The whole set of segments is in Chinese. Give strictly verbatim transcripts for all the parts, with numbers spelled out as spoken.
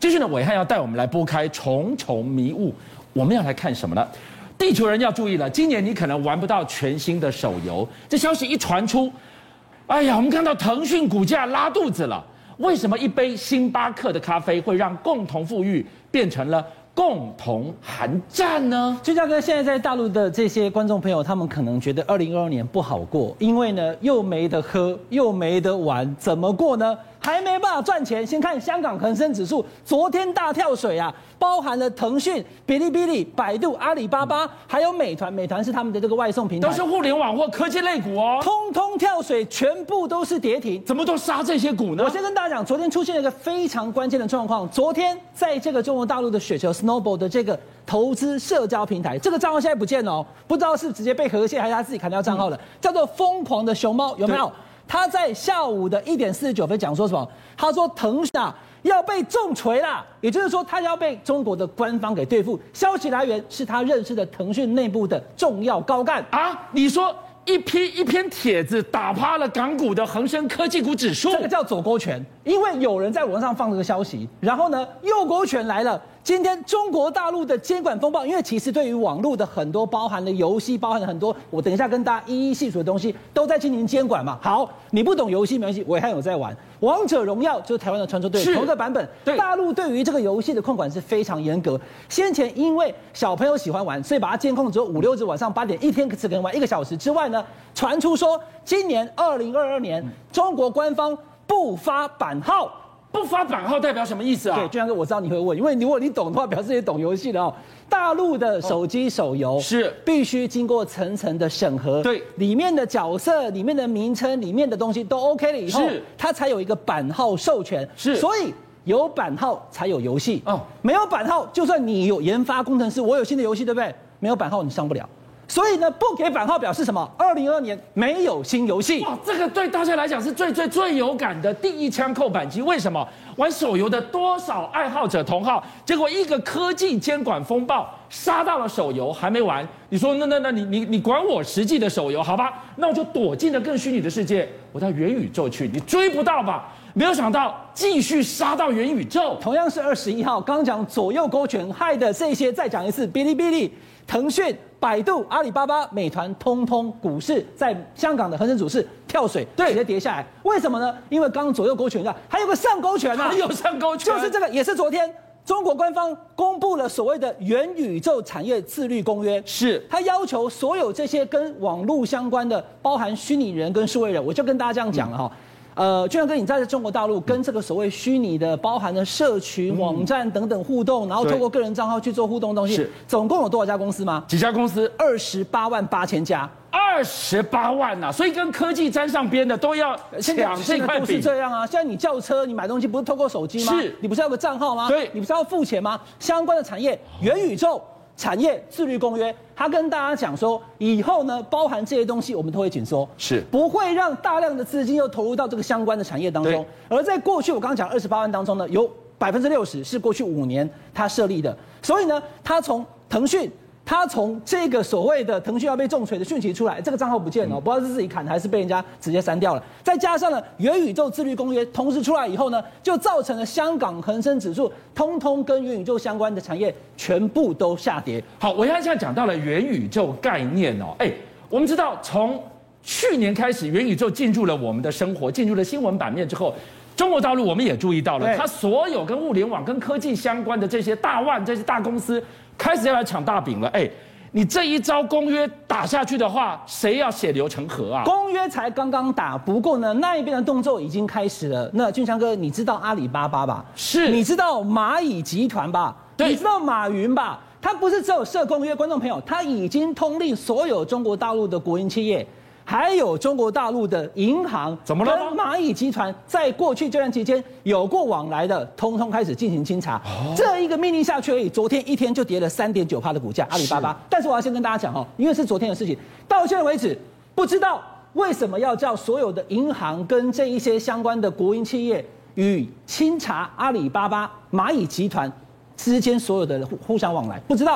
继续呢，暐瀚要带我们来拨开重重迷雾，我们要来看什么呢？地球人要注意了，今年你可能玩不到全新的手游。这消息一传出，哎呀，我们看到腾讯股价拉肚子了。为什么一杯星巴克的咖啡会让共同富裕变成了共同寒战呢？ 俊佳哥，现在在大陆的这些观众朋友，他们可能觉得二零二二年不好过，因为呢又没得喝，又没得玩，怎么过呢？还没办法赚钱。先看香港恒生指数，昨天大跳水啊，包含了腾讯、哔哩哔哩、百度、阿里巴巴，还有美团，美团是他们的这个外送平台， 都是互联网或科技类股哦， 通通跳水，全部都是跌停。 怎么都杀这些股呢？ 我先跟大家讲，昨天出现了一个非常关键的状况。昨天在这个中国大陆的雪球 Snowball 的这个投资社交平台，这个账号现在不见了哦，不知道是直接被和谐还是他自己砍掉账号了，嗯、叫做疯狂的熊猫，有没有？他在下午的一点四十九分讲说什么？他说腾讯啊要被重锤啦，也就是说他要被中国的官方给对付。消息来源是他认识的腾讯内部的重要高干啊，你说一批一篇帖子打趴了港股的恒生科技股指数， 这个叫左勾拳，因为有人在网上放这个消息，然后呢右勾拳来了。今天中国大陆的监管风暴，因为其实对于网络的很多包含的游戏，包含了很多我等一下跟大家一一细数的东西，都在进行监管嘛。好，你不懂游戏没关系，我还有在玩王者荣耀，就是台湾的传说对同一个版本。大陆对于这个游戏的控管是非常严格。先前因为小朋友喜欢玩，所以把它监控只有五六只晚上八点，一天只可能玩一个小时之外呢，传出说今年二零二二年中国官方不发版号。 不发版号代表什么意思啊？ 对，俊阳哥，我知道你会问，因为如果你懂的话，表示你懂游戏的哦。大陆的手机手游是必须经过层层的审核， 对， 里面的角色、里面的名称、里面的东西都 OK 了以后， 是它才有一个版号授权， 是， 所以有版号才有游戏哦，没有版号，就算你有研发工程师，我有新的游戏，对不对？没有版号你上不了。所以呢，不给版号表示什么？二零二二年没有新游戏。 哇，这个对大家来讲是最最最有感的第一枪扣扳机。为什么？玩手游的多少爱好者同好，结果一个科技监管风暴杀到了手游，还没完。你说那那那你你你管我实际的手游好吧？那我就躲进了更虚拟的世界，我到元宇宙去，你追不到吧？没有想到继续杀到元宇宙。 同样是二十一号，刚讲左右勾拳害的这些，再讲一次，哔哩哔哩、腾讯、百度、阿里巴巴、美团，通通股市在香港的恒生指数跳水，对，直接跌下来。为什么呢？因为刚刚左右勾拳的，还有个上勾拳啊， 还有上勾拳， 就是这个，也是昨天中国官方公布了所谓的元宇宙产业自律公约， 是它要求所有这些跟网络相关的，包含虚拟人跟数位人，我就跟大家这样讲了哈。嗯呃，俊阳哥，你在中国大陆跟这个所谓虚拟的、包含的社群、网站等等互动，然后透过个人账号去做互动的东西，总共有多少家公司吗？ 几家公司？ 二十八万八千家。 二十八万呐、啊，所以跟科技沾上边的都要抢这块饼。 是这样啊，现在你叫车、你买东西不是透过手机吗？ 是， 你不是要有个账号吗？ 对， 你不是要付钱吗？相关的产业，元宇宙产业自律公约，他跟大家讲说，以后呢，包含这些东西，我们都会紧缩， 是不会让大量的资金又投入到这个相关的产业当中。而在过去，我刚刚讲二十八万当中呢，有百分之六十是过去五年他设立的，所以呢，他从腾讯。他从这个所谓的腾讯要被重锤的讯息出来，这个账号不见了，不知道是自己砍还是被人家直接删掉了。再加上呢，元宇宙自律公约同时出来以后呢，就造成了香港恒生指数通通跟元宇宙相关的产业全部都下跌。 好，我现在讲到了元宇宙概念哦，哎，我们知道从去年开始，元宇宙进入了我们的生活，进入了新闻版面之后。中国大陆我们也注意到了，它所有跟物联网、跟科技相关的这些大腕、这些大公司，开始要来抢大饼了。哎，你这一招公约打下去的话，谁要血流成河啊？ 公约才刚刚打，不过呢，那一边的动作已经开始了。那俊强哥，你知道阿里巴巴吧？ 是， 你知道蚂蚁集团吧？ 对， 你知道马云吧？他不是只有设公约，观众朋友，他已经通令所有中国大陆的国营企业。还有中国大陆的银行， 怎么了？ 跟蚂蚁集团在过去这段期间有过往来的，通通开始进行清查。哦、这一个命令下去而已，昨天一天就跌了三点九趴的股价，阿里巴巴。但是我要先跟大家讲哦，因为是昨天的事情，到现在为止，不知道为什么要叫所有的银行跟这一些相关的国营企业与清查阿里巴巴、蚂蚁集团之间所有的互互相往来，不知道。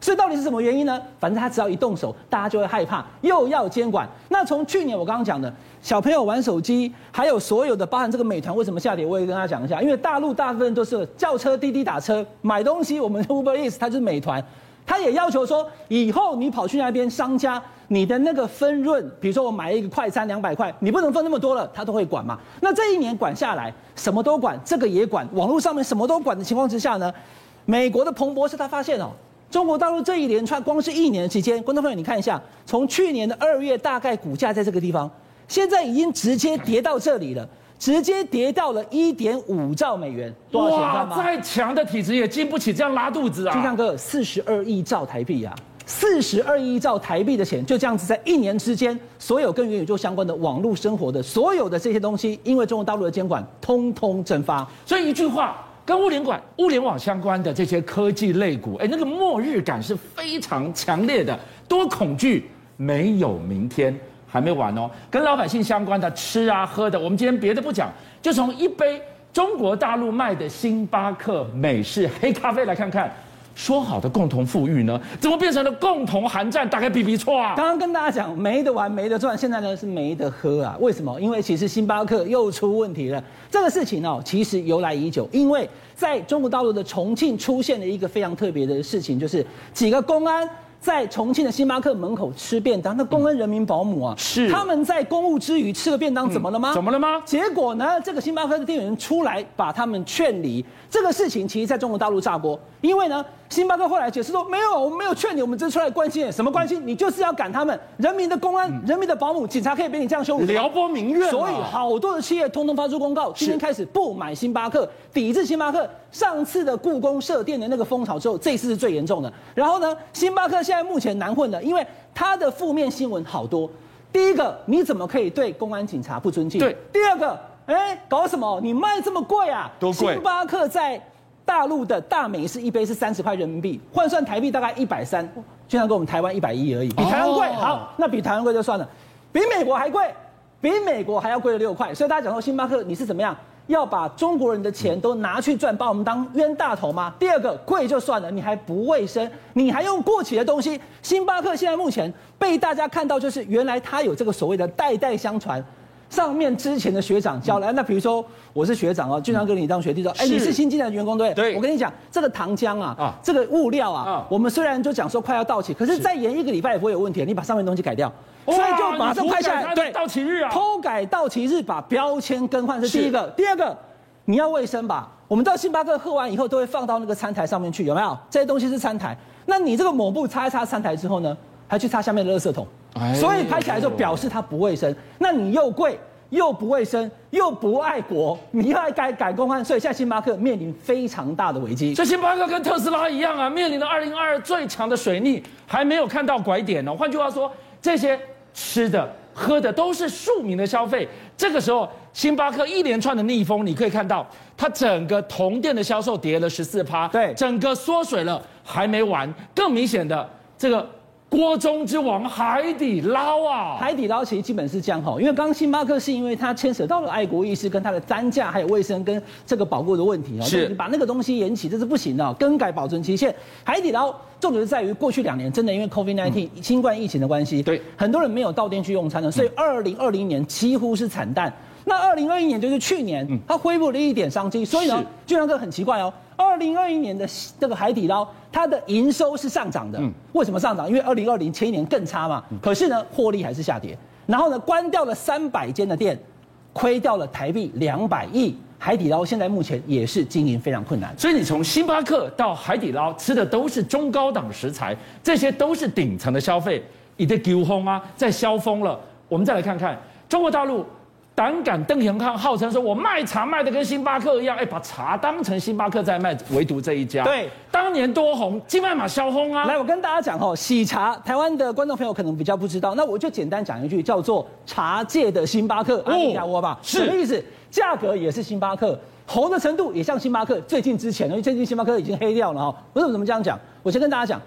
所以到底是什么原因呢？反正他只要一动手，大家就会害怕，又要监管。那从去年我刚刚讲的，小朋友玩手机，还有所有的包含这个美团为什么下跌，我也跟大家讲一下。因为大陆大部分都是叫车、滴滴打车，买东西我们 Uber Eats 它就是美团，他也要求说，以后你跑去那边商家，你的那个分润，比如说我买一个快餐两百块，你不能分那么多了，他都会管嘛。那这一年管下来，什么都管，这个也管，网络上面什么都管的情况之下呢，美国的彭博士他发现哦。中国大陆这一连串，光是一年的期间，观众朋友你看一下，从去年的二月大概股价在这个地方，现在已经直接跌到这里了，直接跌到了一点五兆美元，多少钱知道吗？ 再强的体质也经不起这样拉肚子啊！ 金刚哥，四十二亿兆台币啊，四十二亿兆台币的钱，就这样子在一年之间，所有跟元宇宙相关的网络生活的所有的这些东西，因为中国大陆的监管，通通蒸发。 所以一句话。跟物联管、物联网相关的这些科技类股，哎，那个末日感是非常强烈的，多恐惧，没有明天，还没完哦。跟老百姓相关的吃啊、喝的，我们今天别的不讲，就从一杯中国大陆卖的星巴克美式黑咖啡来看看。说好的共同富裕呢，怎么变成了共同寒战？大概比比错啊！ 刚刚跟大家讲没得玩没得赚，现在呢是没得喝啊！为什么？因为其实星巴克又出问题了。这个事情哦，其实由来已久，因为在中国大陆的重庆出现了一个非常特别的事情，就是几个公安。在重庆的星巴克门口吃便当，那公安人民保姆啊， 是他们在公务之余吃个便当，怎么了吗？ 嗯、怎么了吗？ 结果呢，这个星巴克的店员出来把他们劝离。这个事情其实在中国大陆炸锅，因为呢，星巴克后来解释说，没有，我们没有劝你，我们只是出来关心，什么关心？你就是要赶他们，人民的公安、嗯、人民的保姆、警察可以被你这样羞辱， 撩拨民怨、啊。 所以好多的企业通通发出公告，今天开始不买星巴克，抵制星巴克。上次的故宫设店的那个风潮之后，这次是最严重的。然后呢，星巴克现在目前难混了，因为它的负面新闻好多。第一个，你怎么可以对公安警察不尊敬？ 对。 第二个，哎，搞什么？你卖这么贵啊？ 多贵？ 星巴克在大陆的大美式一杯是三十块人民币，换算台币大概一百三，就像跟我们台湾一百一而已，比台湾贵。哦、好，那比台湾贵就算了，比美国还贵，比美国还要贵了六块。所以大家讲说星巴克你是怎么样？要把中国人的钱都拿去赚，把我们当冤大头吗？第二个，贵就算了，你还不卫生，你还用过期的东西。星巴克现在目前被大家看到，就是原来它有这个所谓的代代相传，上面之前的学长教来。那比如说我是学长哦，经常跟你当学弟说，哎，你是新进来的员工对不对？对。我跟你讲，这个糖浆啊，啊这个物料啊，啊我们虽然就讲说快要到期，可是再延一个礼拜也不会有问题，你把上面的东西改掉。所以就马上拍下来， 对，到期日啊， 偷改到期日，把标签更换是第一个。第二个，你要卫生吧？我们到星巴克喝完以后，都会放到那个餐台上面去，有没有？这些东西是餐台。那你这个抹布擦一擦餐台之后呢，还去擦下面的垃圾桶，哎、所以拍起来就表示它不卫生。那你又贵又不卫生又不爱国，你又要改改公安，所以现在星巴克面临非常大的危机。 这星巴克跟特斯拉一样啊，面临了二零二二最强的水逆，还没有看到拐点哦。换句话说，这些。吃的、喝的都是庶民的消费。这个时候，星巴克一连串的逆风，你可以看到，它整个同店的销售跌了十四趴， 对， 整个缩水了。还没完，更明显的，这个锅中之王海底捞啊， 海底捞其实基本是这样哈，因为刚刚星巴克是因为它牵扯到了爱国意识跟它的单价还有卫生跟这个保护的问题哦，是你把那个东西延期这是不行的，更改保存期限。海底捞重点是在于过去两年真的因为 COVID 十九、嗯、新冠疫情的关系，对，很多人没有到店去用餐了，所以二零二零年几乎是惨淡。那二零二一年就是去年，嗯、它恢复了一点商机，所以呢，俊良哥很奇怪哦。二零二一年的这个海底捞，它的营收是上涨的。嗯，为什么上涨？因为二零二零前一年更差嘛。嗯、可是呢，获利还是下跌。然后呢，关掉了三百间的店，亏掉了台币两百亿。海底捞现在目前也是经营非常困难。 所以你从星巴克到海底捞吃的都是中高档食材，这些都是顶层的消费。你的丢轰啊，在消风了。我们再来看看中国大陆。胆敢邓永康号称说，我卖茶卖的跟星巴克一样，哎，把茶当成星巴克在卖，唯独这一家。 对， 当年多红，金麦马销轰啊。 来，我跟大家讲哦，喜茶，台湾的观众朋友可能比较不知道，那我就简单讲一句，叫做茶界的星巴克，阿里亚窝吧， 是什么意思？价格也是星巴克，红的程度也像星巴克。最近之前，因为最近星巴克已经黑掉了哈。为什么怎么这样讲？我先跟大家讲。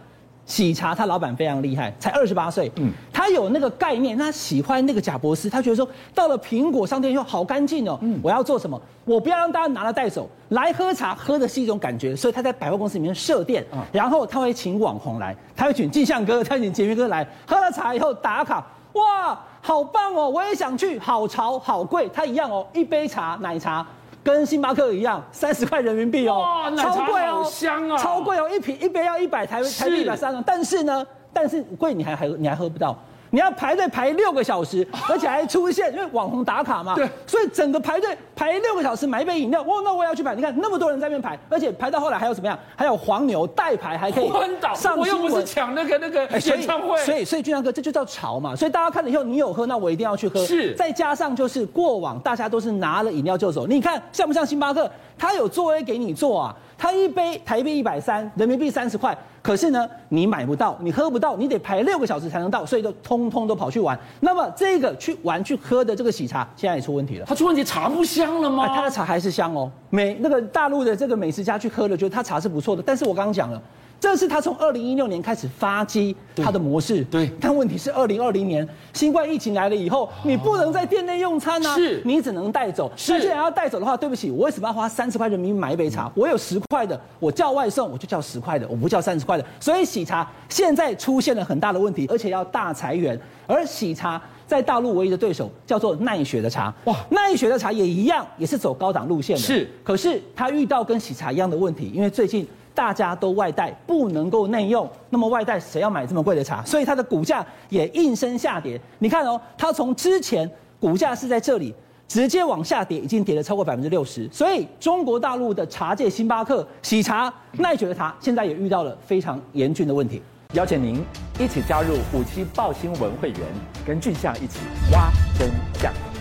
喜茶他老板非常厉害，才二十八岁，嗯，他有那个概念，他喜欢那个贾伯斯，他觉得说到了苹果商店以后好干净哦，嗯，我要做什么？我不要让大家拿了带走，来喝茶喝的是一种感觉，所以他在百货公司里面设店，嗯、然后他会请网红来，他会请镜像哥，他会请杰明哥来，喝了茶以后打卡，哇，好棒哦，我也想去，好潮好贵，他一样哦，一杯茶奶茶。跟星巴克一样，三十块人民币哦， 哇， 超贵哦， 好香啊， 超贵哦，一瓶一杯要一百台台币一百三十，但是呢，但是贵你还还你还喝不到。你要排队排六个小时，而且还出现，因为网红打卡嘛， 对， 所以整个排队排六个小时买一杯饮料，哇，那我也要去排。你看那么多人在那边排，而且排到后来还有怎么样？还有黄牛代排，还可以昏倒。 上新闻。 我又不是抢那个那个演唱会， 所以所以俊亮哥这就叫潮嘛。所以大家看了以后，你有喝，那我一定要去喝。 是， 再加上就是过往大家都是拿了饮料就走，你看像不像星巴克？他有座位给你坐啊，他一杯台币一百三，人民币三十块。可是呢，你买不到，你喝不到，你得排六个小时才能到，所以都通通都跑去玩。那么这个去玩去喝的这个喜茶，现在也出问题了。 它出问题，茶不香了吗？ 啊，它的茶还是香哦。美那个大陆的这个美食家去喝了，觉得它茶是不错的。但是我刚刚讲了，这是他从二零一六年开始发迹他的模式。 对。 但问题是二零二零年新冠疫情来了以后，你不能在店内用餐啊， 是， 你只能带走。 是。 那既然要带走的话，对不起，我为什么要花三十块人民币买一杯茶？我有十块的，我叫外送我就叫十块的，我不叫三十块的。所以喜茶现在出现了很大的问题，而且要大裁员。而喜茶在大陆唯一的对手叫做奈雪的茶，哇，奈雪的茶也一样，也是走高档路线的。 是， 可是它遇到跟喜茶一样的问题，因为最近大家都外带，不能够内用，那么外带谁要买这么贵的茶？所以它的股价也应声下跌。你看哦，它从之前股价是在这里，直接往下跌，已经跌了超过百分之六十。所以中国大陆的茶界，星巴克、喜茶、奈雪的茶，现在也遇到了非常严峻的问题。 邀请您一起加入五七爆新闻会员，跟俊相一起挖真相。